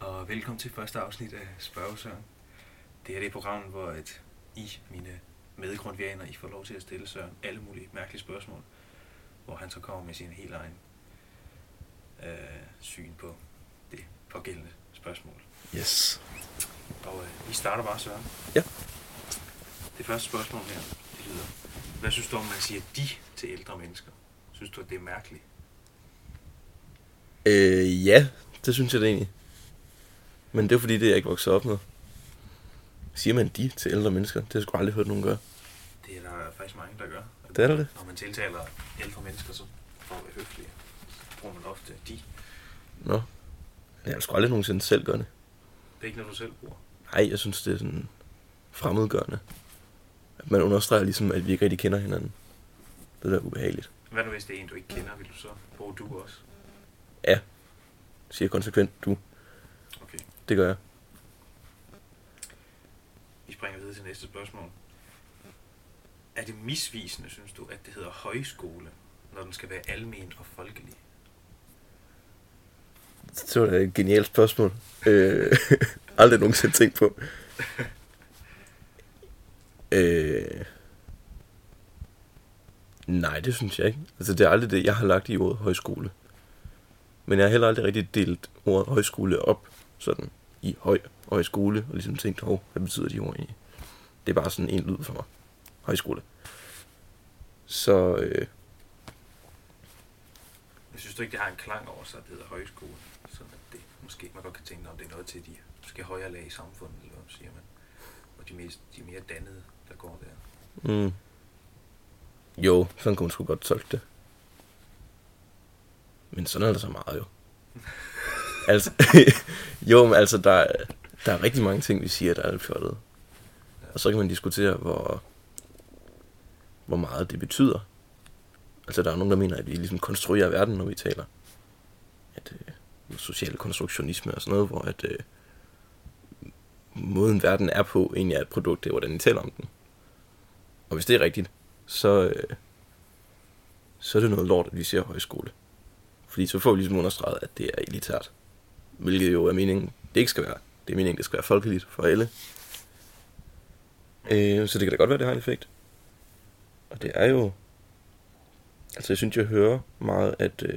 og velkommen til første afsnit af Spørgesøren. Det her er programmet, hvor mine medgrundvianer, I får lov til at stille Søren alle mulige mærkelige spørgsmål, hvor han så kommer med sin helt egen syn på det pågældende spørgsmål. Yes. Og vi starter bare, Søren. Ja. Det første spørgsmål her, det lyder: hvad synes du om, man siger de til ældre mennesker? Synes du, at det er mærkeligt? Ja, det synes jeg det egentlig. Men det er fordi, det er jeg ikke vokset op med. Siger man de til ældre mennesker? Det har jeg sgu aldrig hørt nogen gøre. Det er der faktisk mange, der gør. Det er der det? Når man tiltaler ældre mennesker, så for at være høflig, så bruger man ofte de. Nå. Jeg har sgu aldrig nogensinde selv gøre det. Det er ikke noget, du selv bruger? Nej, jeg synes, det er sådan fremmedgørende. At man understreger ligesom, at vi ikke rigtig kender hinanden. Det er ubehageligt. Hvad nu hvis det er en, du ikke kender? Vil du så bruge du også? Ja. Siger konsekvent du. Okay. Det gør jeg. Vi springer videre til næste spørgsmål. Er det misvisende, synes du, at det hedder højskole, når den skal være almen og folkelig? Det var da et genialt spørgsmål. Aldrig nogensinde tænkt på. Nej, det synes jeg ikke. Altså, det er aldrig det, jeg har lagt i ordet højskole. Men jeg har heller aldrig rigtig delt ordet højskole op, sådan i højskole, og ligesom tænkt, hvad betyder de ord egentlig? Det er bare sådan en lyd for mig. Højskole. Så, Jeg synes du ikke, det har en klang over sig, at det hedder højskole? Sådan at det måske, man godt kan tænke, om det er noget til de måske højere lag i samfundet, eller hvad siger man? Og de mere dannede, der går der. Jo, sådan kunne man sgu godt tolke det. Men sådan er der så meget jo. Altså, jo, men altså, der er rigtig mange ting, vi siger, der er lidt fjollet. Og så kan man diskutere, hvor meget det betyder. Altså, der er nogen, der mener, at vi ligesom konstruerer verden, når vi taler. At social konstruktionisme og sådan noget, hvor at måden verden er på, egentlig er et produkt, det er, hvordan vi taler om den. Og hvis det er rigtigt, så er det noget lort, at vi siger højskole. Fordi så får vi ligesom understreget, at det er elitært. Hvilket jo er meningen, det ikke skal være. Det er meningen, det skal være folkeligt for alle. Så det kan da godt være, det har en effekt. Og det er jo... Altså, jeg synes, jeg hører meget,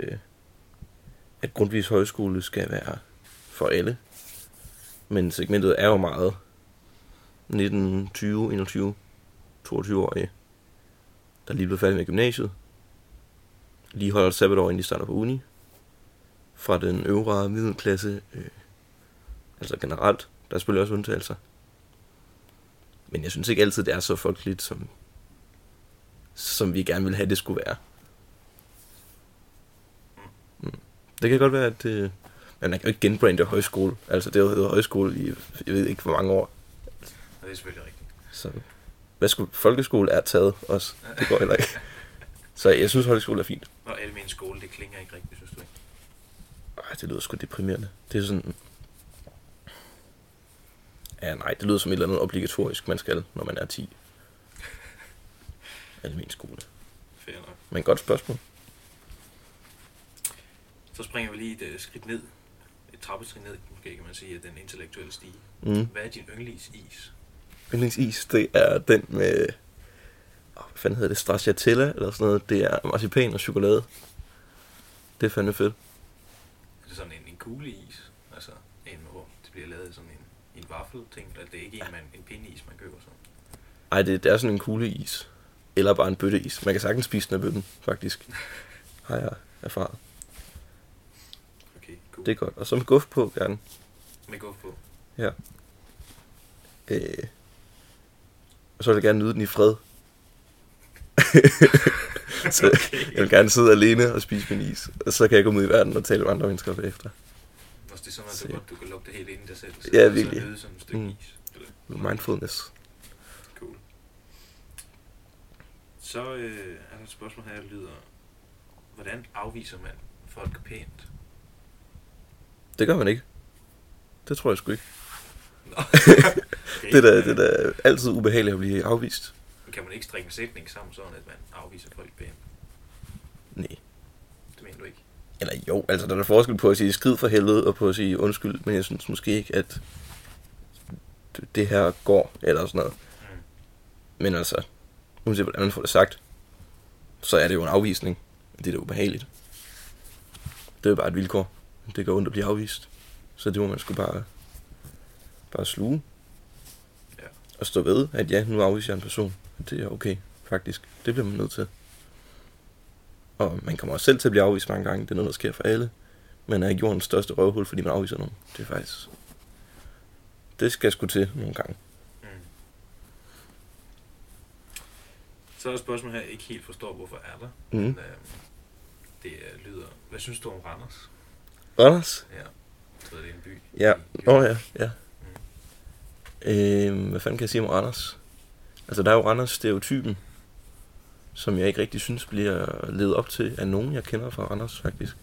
at Grundtvigs højskole skal være for alle. Men segmentet er jo meget 19, 20, 21, 22-årige, der lige blevet færdig med gymnasiet. Lige holder et sabbatår, inden de starter på uni. Fra den øvre middelklasse, altså generelt, der er selvfølgelig også undtagelser. Men jeg synes ikke altid, det er så folkeligt, som vi gerne vil have, det skulle være. Det kan godt være, at man kan jo ikke genbrande højskole. Altså, det har hedder højskole i, jeg ved ikke hvor mange år. Og det er selvfølgelig rigtigt. Så, folkeskole er taget også. Det går heller ikke. Så jeg synes, højskole er fint. Og almen skole, det klinger ikke rigtigt, synes du ikke? Det lyder sgu deprimerende. Det er sådan... Ja, nej, det lyder som et eller andet obligatorisk, man skal, når man er 10. Almen skole. Fair nok. Men godt spørgsmål. Så springer vi lige et skridt ned. Et trappetrin ned, måske kan man sige, af den intellektuelle stige. Hvad er din yndlingsis? Yndlingsis, det er den med... hvad fanden hedder det? Stracciatella eller sådan noget. Det er marcipan og chokolade. Det er fandme fedt. Er det sådan en kugleis? Altså en, hvor det bliver lavet sådan en vaffelting? Eller det er ikke en pindeis, man køber sådan? Nej, det er sådan en kugleis. Eller bare en bøtteis. Man kan sagtens spise den af bøtten, faktisk. Har jeg erfaret. Okay, cool. Det er godt. Og så med guf på, gerne. Med guf på? Ja. Og så vil jeg gerne nyde den i fred. Så okay. Jeg vil gerne sidde alene og spise min is. Og så kan jeg gå ud i verden og tale med andre mennesker bagefter. Og det er sådan, at godt, du kan lukke det helt ind i dig selv. Ja, virkelig. Så nyde sådan et stykke is. Eller? Mindfulness. Cool. Så er der et spørgsmål her, der lyder: hvordan afviser man folk pænt? Det gør man ikke. Det tror jeg sgu ikke. Okay. Det er da altid ubehageligt at blive afvist. Kan man ikke strikke en sætning sammen, sådan at man afviser folk pænt? Nej. Det mener du ikke? Eller jo, altså der er forskel på at sige skrid for helvede og på at sige undskyld, men jeg synes måske ikke, at det her går, eller sådan noget. Men altså, uanset hvordan man får det sagt, så er det jo en afvisning. Det er da ubehageligt. Det er jo bare et vilkår. Det går ondt at blive afvist. Så det må man sgu bare sluge. Ja. Og stå ved, at ja, nu afviser jeg en person. Det er okay, faktisk. Det bliver man nødt til. Og man kommer også selv til at blive afvist mange gange. Det er noget, der sker for alle. Man er ikke jordens største røvhul, fordi man afviser nogen. Det er faktisk... Det skal sgu til nogle gange. Så er der et spørgsmål her, jeg ikke helt forstår, hvorfor er der. Men, det lyder... Hvad synes du om Randers? Randers? Ja. Så det er en by. Ja. Ja. Hvad fanden kan jeg sige om Randers? Altså, der er jo Randers-stereotypen, som jeg ikke rigtig synes bliver levet op til af nogen, jeg kender fra Randers, faktisk.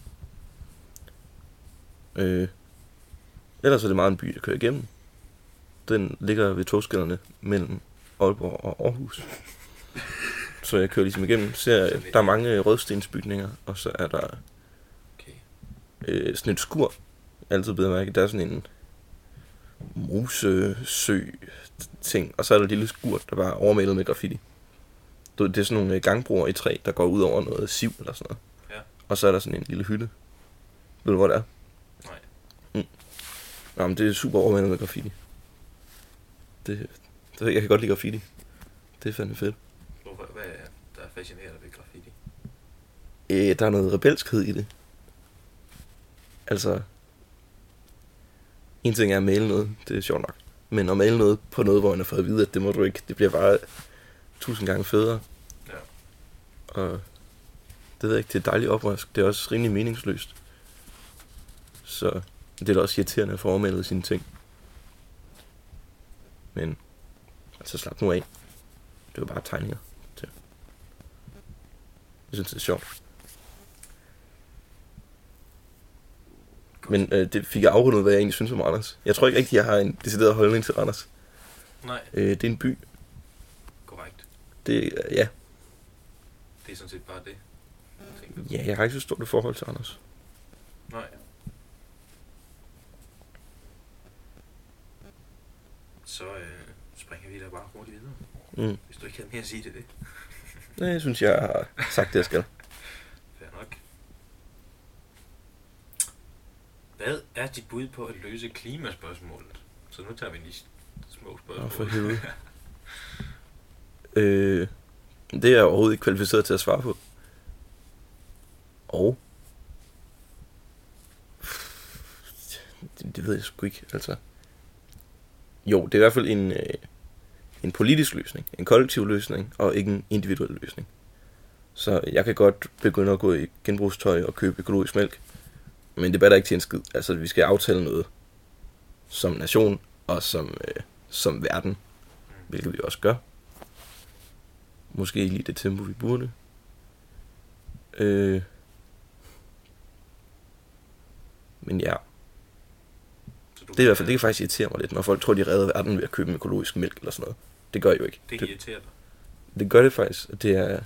Ellers er det meget en by, der kører igennem. Den ligger ved togskinnerne mellem Aalborg og Aarhus. Så jeg kører ligesom igennem, ser, der er mange rødstensbygninger, og så er der sådan et skur, altid bedre mærke, der er sådan en musesø-ting, og så er der et lille skur, der bare er overmalet med graffiti. Det er sådan nogle gangbroer i træ, der går ud over noget siv eller sådan noget. Ja. Og så er der sådan en lille hylde. Ved du, hvor det er? Nej. Nå, men det er super overmalet med graffiti. Jeg kan godt lide graffiti. Det er fandme fedt. Hvad er der fascinerende ved graffiti? Der er noget rebelskhed i det. Altså, en ting er at male noget, det er sjovt nok. Men at male noget på noget, hvor man har fået at vide, at det må du ikke, det bliver bare 1000 gange federe. Ja. Og det ved jeg ikke, det er dejligt oprørsk. Det er også rimelig meningsløst. Så det er da også irriterende at få overmalet sine ting. Men, altså slap nu af. Det var bare tegninger. Jeg synes, det er sjovt. Men det fik jeg afrundet, hvad jeg egentlig synes om Randers. Jeg tror ikke rigtig, jeg har en decideret holdning til Randers. Nej. Det er en by. Korrekt. Ja. Det er sådan set bare det. Ja, jeg har ikke så stort et forhold til Randers. Nej. Så springer vi da bare hurtigt videre. Hvis du ikke havde mere at sige til det. Nej, jeg synes, jeg har sagt det, jeg skal. Fair nok. Hvad er dit bud på at løse klimaspørgsmålet? Så nu tager vi de små spørgsmål. For helvede. Det er jeg overhovedet ikke kvalificeret til at svare på. Og det ved jeg sgu ikke, altså. Jo, det er i hvert fald en politisk løsning, en kollektiv løsning, og ikke en individuel løsning. Så jeg kan godt begynde at gå i genbrugstøj og købe økologisk mælk, men det batter ikke til en skid. Altså, vi skal aftale noget som nation og som verden, hvilket vi også gør. Måske ikke lige det tempo, vi burde. Men ja. Det er i hvert fald, det kan faktisk irritere mig lidt, når folk tror, de redder verden ved at købe økologisk mælk eller sådan noget. Det gør jeg jo ikke. Det irriterer dig? Det gør det faktisk. Det er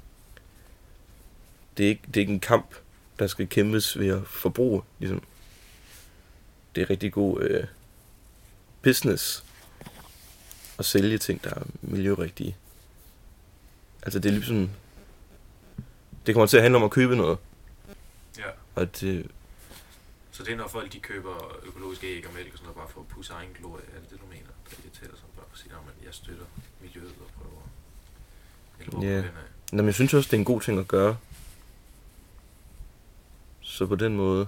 ikke en kamp, der skal kæmpes ved at forbruge. Ligesom. Det er rigtig god business at sælge ting, der er miljørigtige. Altså det er ligesom... Det kommer til at handle om at købe noget. Ja. Og det... Så det er, når folk de køber økologiske æg og mælk og sådan noget, bare for at pusse egen glorie, er det du mener? Det irriterer sig bare at sige, at jeg støtter miljøet og prøver... Eller ja. Men jeg synes også, det er en god ting at gøre. Så på den måde...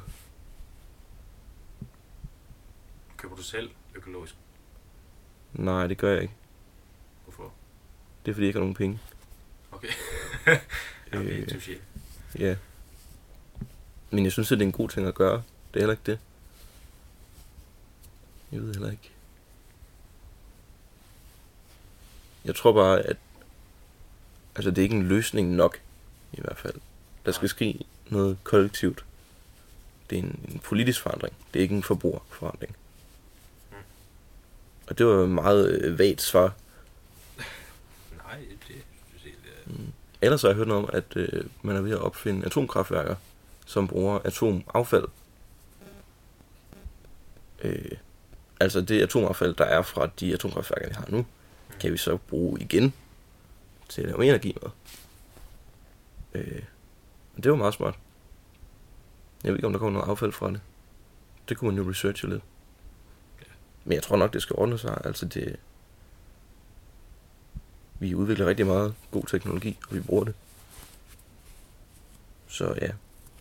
Køber du selv økologisk? Nej, det gør jeg ikke. Hvorfor? Det er fordi, jeg ikke har nogen penge. Okay. Okay, touché. Ja. Men jeg synes, at det er en god ting at gøre. Det er heller ikke det. Jeg ved heller ikke. Jeg tror bare, at... Altså, det er ikke en løsning nok, i hvert fald. Der skal ske noget kollektivt. Det er en politisk forandring. Det er ikke en forbrugerforandring. Og det var meget vagt svar. Nej, det synes jeg... Ellers har jeg hørt noget om, at man er ved at opfinde atomkraftværker som bruger atomaffald. Altså det atomaffald, der er fra de atomkraftværker, vi har nu, kan vi så bruge igen til at lave energi med. Det var meget smart. Jeg ved ikke, om der kommer noget affald fra det. Det kunne man jo researche lidt. Men jeg tror nok, det skal ordne sig. Altså det... Vi udvikler rigtig meget god teknologi, og vi bruger det. Så ja.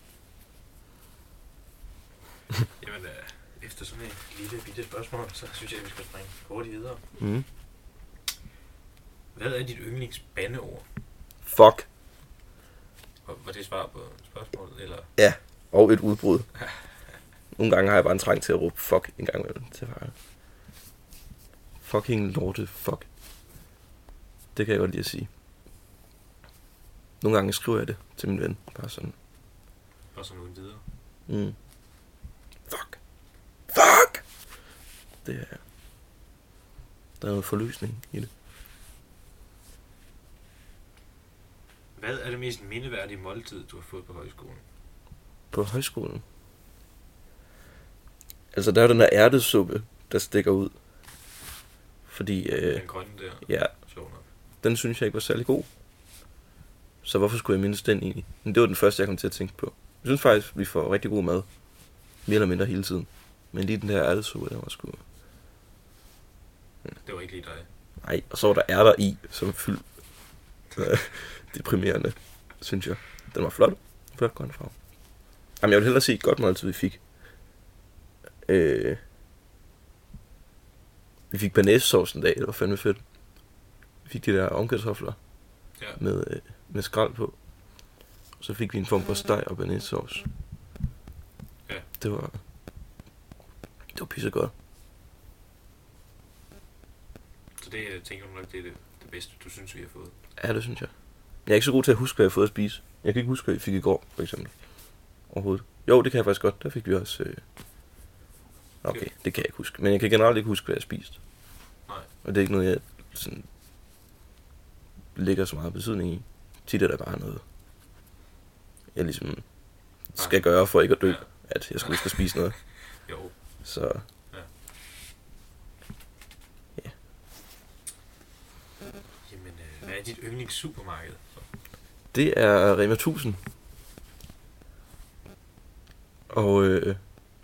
Jamen, efter sådan et lille bitte spørgsmål, så synes jeg, at vi skal springe hurtigt videre. Mm. Hvad er dit yndlingsbandeord? Fuck. Var det svar på spørgsmålet, eller? Ja, og et udbrud. Nogle gange har jeg bare en trang til at råbe fuck en gang imellem til far. Fucking lorte fuck. Det kan jeg godt lide at sige. Nogle gange skriver jeg det til min ven. Bare sådan. Bare sådan uden videre. Mm. Fuck. Fuck! Det er... Der er noget forløsning i det. Hvad er det mest mindeværdige måltid, du har fået på højskolen? På højskolen? Altså, der er den der ærtesuppe, der stikker ud. Fordi... Den grønne der? Ja. Sjov nok. Den synes jeg ikke var særlig god. Så hvorfor skulle jeg mindes den egentlig? Men det var den første, jeg kom til at tænke på. Jeg synes faktisk, vi får rigtig god mad. Mere eller mindre hele tiden. Men lige den der ærtesuppe, der var sgu... Det var ikke lige dig. Nej, og så var der ærter i, som fyldt. Deprimerende, synes jeg. Den var flot. Flot grøn farve. Jamen, jeg vil hellere sige et godt måltid, vi fik. Vi fik bearnaisesauce en dag, det var fandme fedt. Vi fik de der omkartofler med skrald på. Og så fik vi en form for steg og bearnaisesauce. Ja. Det var pissegodt. Så det tænker du nok, det er det bedste, du synes, vi har fået? Ja, det synes jeg. Jeg er ikke så god til at huske, hvad jeg har fået at spise. Jeg kan ikke huske, hvad jeg fik i går, for eksempel. Overhovedet. Jo, det kan jeg faktisk godt. Der fik vi også... Okay, det kan jeg ikke huske. Men jeg kan generelt ikke huske, hvad jeg har spist. Nej. Og det er ikke noget, jeg sådan... lægger så meget betydning i. Tit er der bare noget... jeg ligesom skal gøre for ikke at dø. Ja. At jeg skulle huske at spise noget. Jo. Så... Jamen, hvad er dit yndlingssupermarked? Det er Rema 1000. Og det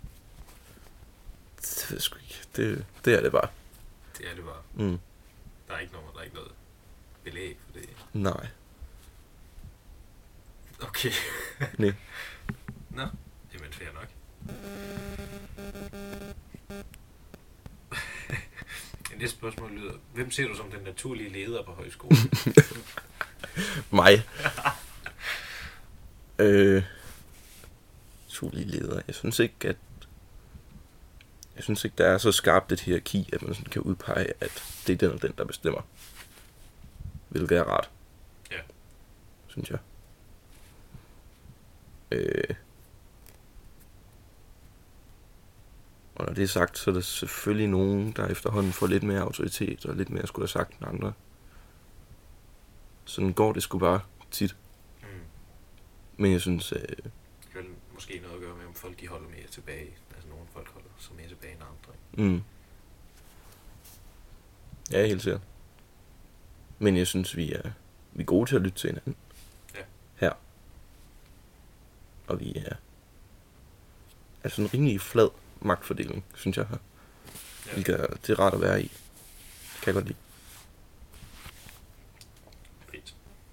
ved jeg sgu ikke. Det er det bare. Det er det bare. Mm. Der er ikke noget belæg for det. Nej. Okay. Nej. Nå, jamen fair nok. Det næste spørgsmål lyder: hvem ser du som den naturlige leder på højskolen? Mig. Naturlige leder. Jeg synes ikke, der er så skarpt et hierarki, at man sådan kan udpege, at det er den og den, der bestemmer. Hvilket er rart. Ja. Synes jeg. Og når det er sagt, så er der selvfølgelig nogen, der efterhånden får lidt mere autoritet og lidt mere skulle have sagt end andre. Sådan går det sgu bare tit. Mm. Men jeg synes... Det kan måske noget at gøre med, om folk de holder mere tilbage. Altså nogle folk holder så mere tilbage end andre. Ikke? Mm. Ja, helt sikkert. Men jeg synes, vi er gode til at lytte til hinanden. Ja. Her. Og vi er sådan en rimelig flad magtfordeling, synes jeg her. Ja. Det er rart at være i. Det kan jeg godt lide. Fedt.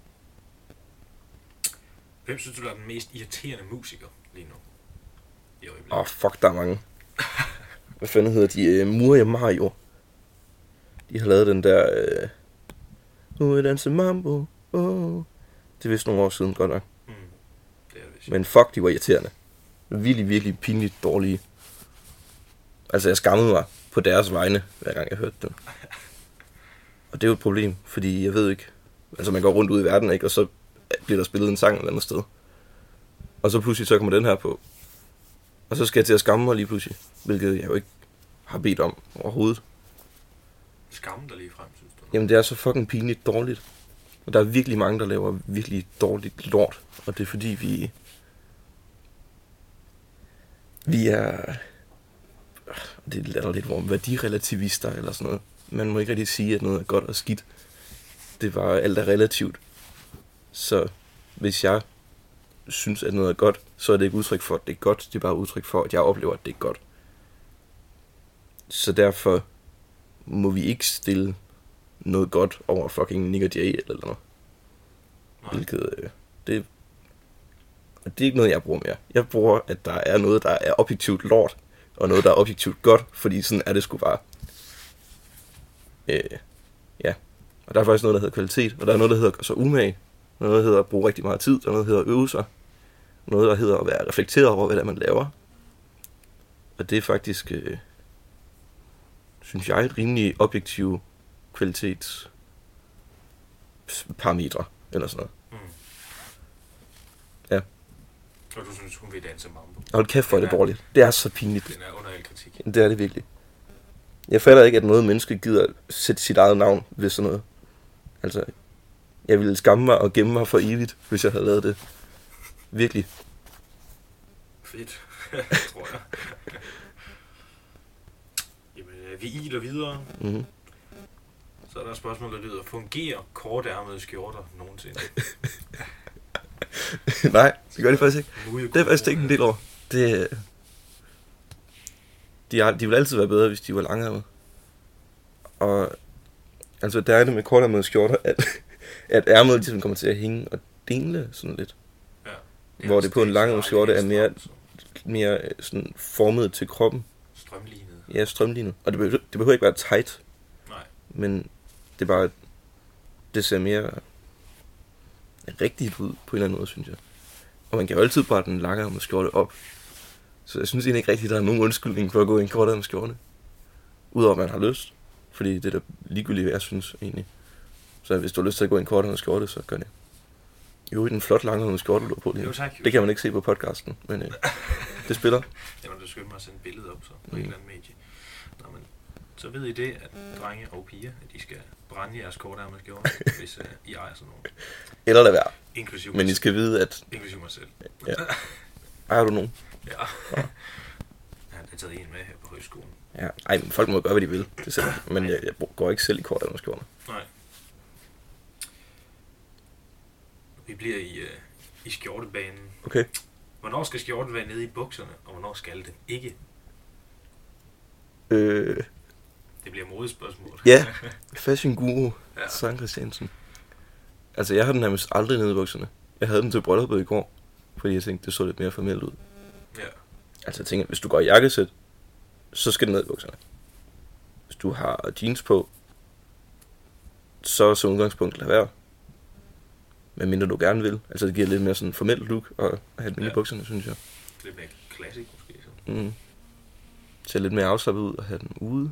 Hvem synes du er den mest irriterende musiker lige nu? Fuck, der er mange. Hvad fanden hedder de? Muria Mario. De har lavet den der... danse mambo. Det er vist nogle år siden, godt nok. Det er det. Men fuck, de var irriterende. Virkelig, virkelig pinligt dårlige. Altså, jeg skammede mig på deres vegne, hver gang jeg hørte dem. Og det er jo et problem, fordi jeg ved ikke... Altså, man går rundt ud i verden, ikke? Og så bliver der spillet en sang et eller andet sted. Og så pludselig så kommer den her på. Og så skal jeg til at skamme mig lige pludselig. Hvilket jeg jo ikke har bedt om overhovedet. Skamme dig lige frem, synes du? Jamen, det er så fucking pinligt dårligt. Og der er virkelig mange, der laver virkelig dårligt lort. Og det er fordi, Vi er... Det er latterligt, hvor værdirelativister eller sådan noget. Man må ikke rigtig sige, at noget er godt og skidt. Det er bare alt er relativt. Så hvis jeg synes, at noget er godt, så er det ikke udtryk for, at det er godt. Det er bare udtryk for, at jeg oplever, at det er godt. Så derfor må vi ikke stille noget godt over fucking Nick & Jay eller noget. Hvilket, det er ikke noget, jeg bruger mere. Jeg bruger, at der er noget, der er objektivt lort, og noget, der er objektivt godt, fordi sådan er det sgu bare. Ja. Og der er faktisk noget, der hedder kvalitet, og der er noget, der hedder så umage, noget, der hedder at bruge rigtig meget tid, og noget, der hedder øve sig, noget, der hedder at være reflekteret over, hvad det er, man laver. Og det er faktisk, synes jeg, et rimelig objektiv kvalitetsparametre, eller sådan noget. Ja. Og du synes, hun vil danse mambo? Hold kæft, for det dårligt. Det er så pinligt. Den er under al kritik. Det er det virkelig. Jeg fatter ikke, at noget menneske gider sætte sit eget navn ved sådan noget. Altså, jeg ville skamme mig og gemme mig for evigt, hvis jeg havde lavet det. Virkelig. Fedt, tror jeg. Jamen, vi iler videre. Mm-hmm. Så er der et spørgsmål, der lyder, fungerer kortærmede skjorter nogensinde? Nej, det gør de faktisk ikke. Det er faktisk ikke en del over. De ville altid være bedre, hvis de var langærmede. Og altså, der er det med kortærmede skjorter, at ærmet ligesom kommer til at hænge og dingle sådan lidt. Ja. Hvor det på en langærmet skjorte er mere sådan formet til kroppen. Strømlignet. Ja, strømlignet. Og det behøver ikke være tight. Nej. Men det er bare, det ser mere rigtigt ud på en eller anden måde, synes jeg. Og man kan jo altid bare den langærmede skjorte op. Så jeg synes egentlig ikke rigtigt, at der er nogen undskyldning for at gå i en kortærmet skjorte. Udover at man har lyst. Fordi det er da ligegyldigt, jeg synes egentlig. Så hvis du har lyst til at gå i en kortærmet skjorte, så gør det. Jo, i den flot langærmede skjorte, du har på lige. Jo, tak. Det kan man ikke se på podcasten, men det spiller. Jamen, du skynder mig at sende et billede op så på et eller andet medie. Nå, men så ved I det, at drenge og piger, at de skal brænde jeres kortærmede skjorte, hvis I ejer sådan nogle. Eller lad være. Inklusiv men I skal vide, at... Inklusiv mig selv. Ja. Ejer du nogen? Ja. Jeg har taget en med her på højskolen. Ja. Ej, men folk må gøre, hvad de vil. Det selv. Men jeg går ikke selv i kortærmede skjorter. Nej. Vi bliver i skjortebanen. Okay. Hvornår skal skjorten være nede i bukserne, og hvornår skal den ikke? Det bliver modespørgsmål. Ja, fashion guru, ja. Søren Christiansen. Altså, jeg har den nærmest aldrig nede i bukserne. Jeg havde den til brylluppet i går, fordi jeg tænkte, det så lidt mere formelt ud. Ja. Altså, jeg tænker, hvis du går i jakkesæt, så skal den ned i bukserne. Hvis du har jeans på, så som udgangspunkt lad være. Men mindre du gerne vil. Altså, det giver lidt mere sådan formelt look at have den i bukserne, synes jeg. Lidt mere classic måske. Så. Ser lidt mere afslappet ud at have den ude.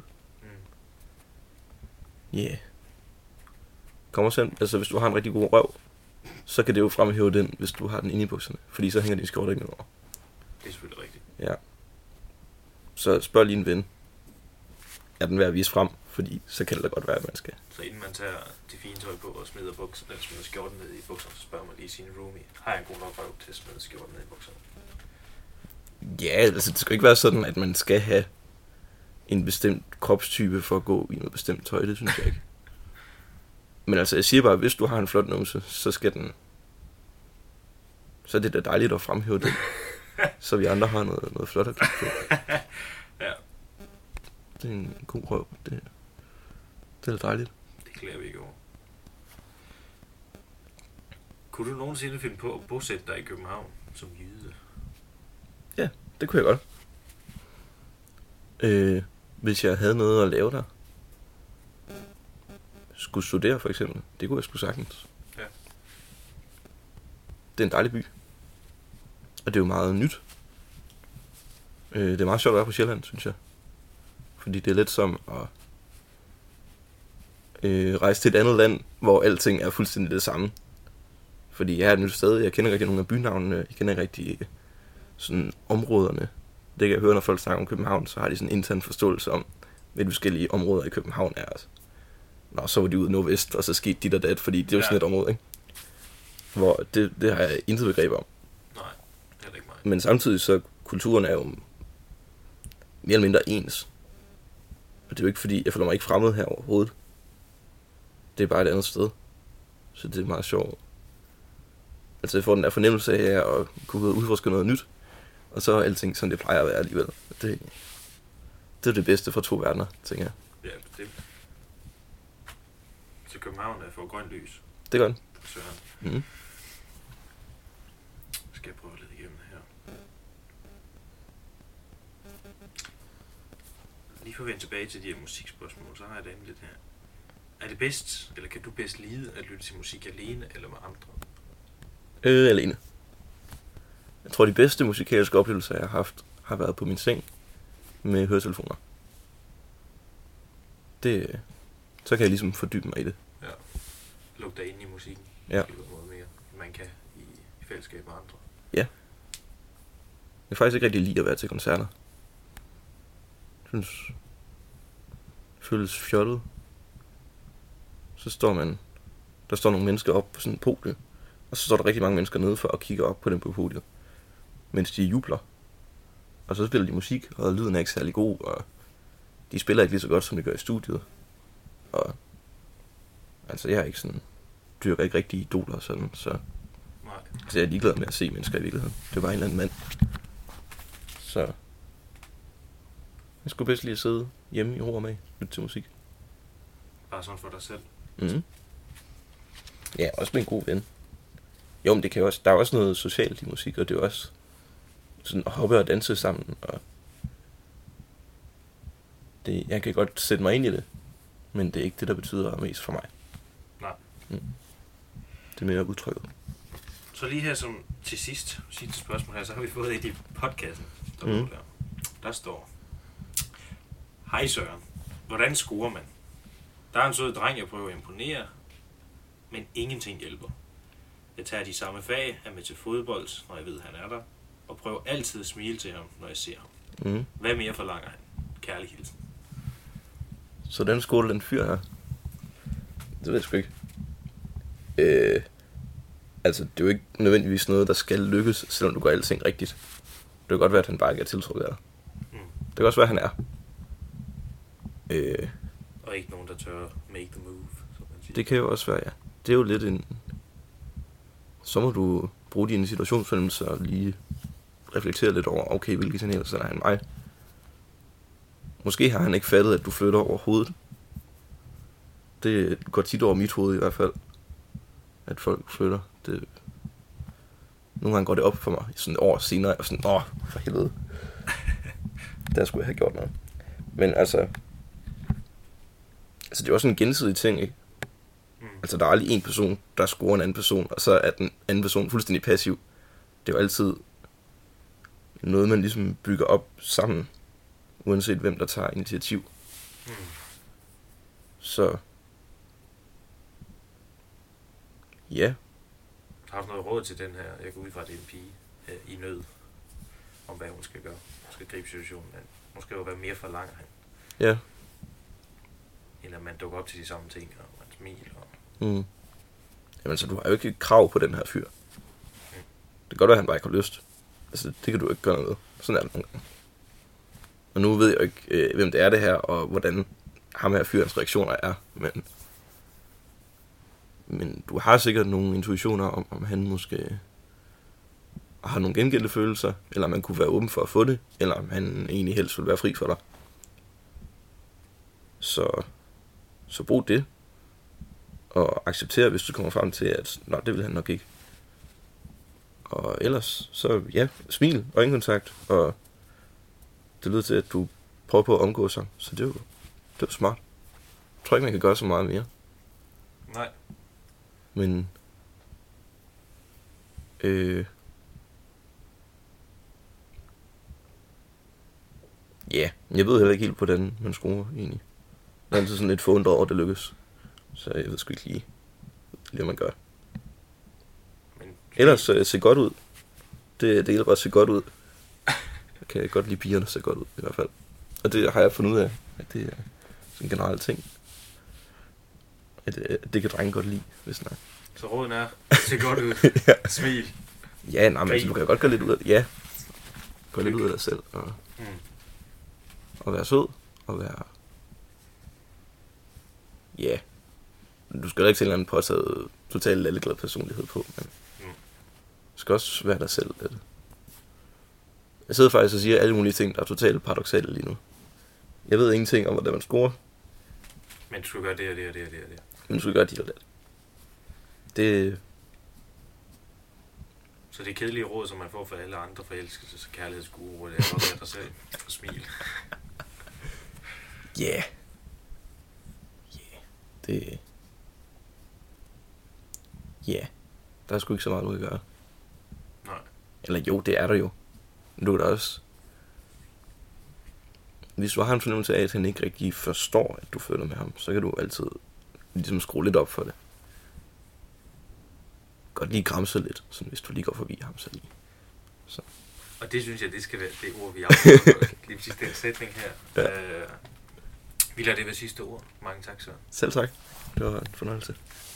Yeah. Kommer selv. Altså, hvis du har en rigtig god røv, så kan det jo fremhæve den, hvis du har den inde i bukserne. Fordi så hænger din skjorte ikke ned over. Det er selvfølgelig rigtigt. Ja. Så spørg lige en ven. Er den værd at vise frem? Fordi så kan det da godt være, at man skal. Så inden man tager det fine tøj på og smider skjorten ned i bukserne, så spørger man lige sin roomie. Har jeg en god nok røv til at smide skjorten ned i bukserne? Ja, altså det skal ikke være sådan, at man skal have en bestemt kropstype for at gå i noget bestemt tøj, det synes jeg ikke. Men altså, jeg siger bare, at hvis du har en flot numse, så skal den... Så er det da dejligt at fremhæve den, så vi andre har noget flot at kigge på. Ja. Det er en god røv, det er da dejligt. Det klæder vi ikke over. Kunne du nogensinde finde på at bosætte dig i København som jyde? Ja, det kunne jeg godt. Hvis jeg havde noget at lave der. Skulle studere for eksempel. Det kunne jeg sgu sagtens. Ja. Det er en dejlig by. Og det er jo meget nyt. Det er meget sjovt at være på Sjælland, synes jeg. Fordi det er lidt som at rejse til et andet land, hvor alting er fuldstændig det samme. Fordi jeg er et nyt sted, jeg kender ikke rigtig nogen af bynavnene, jeg kender ikke rigtig sådan områderne. Det kan jeg høre, når folk snakker om København, så har de sådan en intern forståelse om, hvad de forskellige områder i København er. Altså. Nå, så var de ude nordvest, og så skete dit og dat, fordi det er jo sådan et område, ikke? Hvor det har jeg intet begreb om. Nej, det er ikke mig. Men samtidig så kulturen er jo mere eller mindre ens. Og det er jo ikke fordi, jeg føler mig ikke fremmed her overhovedet. Det er bare et andet sted. Så det er meget sjovt. Altså jeg får den der fornemmelse af at kunne udforske noget nyt. Og så er alting sådan, det plejer at være alligevel. Det er det bedste fra to verdener, tænker jeg. Ja, bestemt. Så København er for grønt lys. Det er godt. For Søren. Mm. Skal jeg prøve lidt igennem her. Lige for at vende tilbage til de her musikspørgsmål, så har jeg det lidt her. Er det bedst, eller kan du bedst lide at lytte til musik alene eller med andre? Alene. Jeg tror, de bedste musikalske oplevelser, jeg har haft, har været på min seng med høretelefoner. Så kan jeg ligesom fordybe mig i det. Ja. Luk dig ind i musikken. Ja. På en måde mere, man kan i fællesskab med andre. Ja. Jeg kan faktisk ikke rigtig lide at være til koncerter. Jeg synes, det føles fjollet. Så står der står nogle mennesker op på sådan en podium, og så står der rigtig mange mennesker nede for at kigge op på den på podium, mens de jubler. Og så spiller de musik, og lyden er ikke særlig god, og de spiller ikke lige så godt, som de gør i studiet. Og altså, jeg er ikke sådan, dyrker ikke rigtig idoler og sådan, så jeg er ligeglad med at se mennesker i virkeligheden. Det var en eller anden mand. Så jeg skulle bedst lige sidde hjemme i ro og mag, lytte til musik. Bare sådan for dig selv. Mhm. Ja, også med en god ven. Jo, men det kan jo også, der er også noget socialt i musik, og det er jo også sådan at hoppe og danse sammen, og jeg kan godt sætte mig ind i det, men det er ikke det, der betyder mest for mig. Nej. Det er mere udtrykket. Så lige her som til sidste spørgsmål her, så har vi fået et i podcasten, der står: Hej Søren, hvordan scorer man? Der er en sød dreng, jeg prøver at imponere, men ingenting hjælper. Jeg tager de samme fag, er med til fodbold, når jeg ved, han er der, og prøver altid at smile til ham, når jeg ser ham. Hvad mere forlanger han? Kærlig hilsen. Så den skole, den fyr her? Det ved jeg sgu ikke. Altså, det er jo ikke nødvendigvis noget, der skal lykkes, selvom du gør alting rigtigt. Det kan godt være, at han bare ikke er tiltrukket af. Det kan også være, at han er. Og ikke nogen, der tør make the move, som man siger. Det kan jo også være, ja. Det er jo lidt en... Så må du bruge dine situationsfornemmelser og lige reflektere lidt over, okay, hvilke signaler sender han mig? Måske har han ikke fattet, at du flytter over hovedet. Det går tit over mit hoved i hvert fald, at folk flytter. Nogle gange går det op for mig sådan et år senere, og sådan, for helvede. Der skulle jeg have gjort noget. Men altså det er også en gensidig ting, ikke? Altså, der er aldrig en person, der scorer en anden person, og så er den anden person fuldstændig passiv. Det er jo altid noget, man ligesom bygger op sammen, uanset hvem der tager initiativ. Så ja. Har du noget råd til den her? Jeg går ud fra, at det er en pige i nød, om hvad hun skal gøre. Hun skal gribe situationen an. Hun skal jo være mere forlanger han. Ja. Eller man dukker op til de samme ting, og man smiler. Jamen, så du har jo ikke et krav på den her fyr. Det kan godt være, at han bare ikke har lyst. Altså, det kan du ikke gøre noget ved. Sådan er det nogle gange. Og nu ved jeg jo ikke, hvem det er det her, og hvordan ham her fyrens reaktioner er. Men du har sikkert nogle intuitioner om han måske har nogle gengældte følelser, eller man kunne være åben for at få det, eller om han egentlig helst vil være fri for dig. Så brug det. Og acceptere, hvis du kommer frem til, at det vil han nok ikke. Og ellers, så ja, smil, øjenkontakt, og det lyder til, at du prøver på at omgå sig, så det er jo smart. Jeg tror ikke, man kan gøre så meget mere. Nej. Men jeg ved heller ikke helt, hvordan man skruer egentlig. Jeg er altid sådan lidt forundret over, at det lykkes. Så jeg ved sgu ikke lige, hvad man gør. Men ellers se godt ud. Det hjælper at se godt ud. Jeg kan godt lide pigerne, der ser godt ud i hvert fald. Og det har jeg fundet ud af, at det er sådan en generel ting. At det kan drenge godt lide, hvis nok. Så råden er, se godt ud. Ja. Smil. Ja, nej, men altså, du kan godt gøre lidt ud af det. Ja. Gå lidt ud af dig selv. Og Og være sød. Og være... Ja. Yeah. Du skal da ikke til en eller anden påtaget totalt lalleglad personlighed på, men... Du skal også være dig selv lidt. Jeg sidder faktisk og siger alle mulige ting, der er totalt paradoksale lige nu. Jeg ved ingenting om, hvordan man scorer. Men du skal gøre det og det og det og det og det. Men du skal gøre det og det. Det... Så det er kedelige råd, som man får fra alle andre forelskelses- og kærlighedsguruer, det er også dig selv og smil. Yeah. Det... Ja. Der er sgu ikke så meget, du kan gøre. Nej. Eller jo, det er der jo. Men du kan da også... Hvis du har en fornemmelse af, at han ikke rigtig forstår, at du føler med ham, så kan du altid ligesom skrue lidt op for det. Godt lige gramse lidt, sådan hvis du lige går forbi ham, så lige. Så. Og det synes jeg, det skal være det ord, vi afslutter. Lige præcis den sætning her. Ja. Vi lader det være sidste ord. Mange tak, så. Selv tak. Det var en fornøjelse.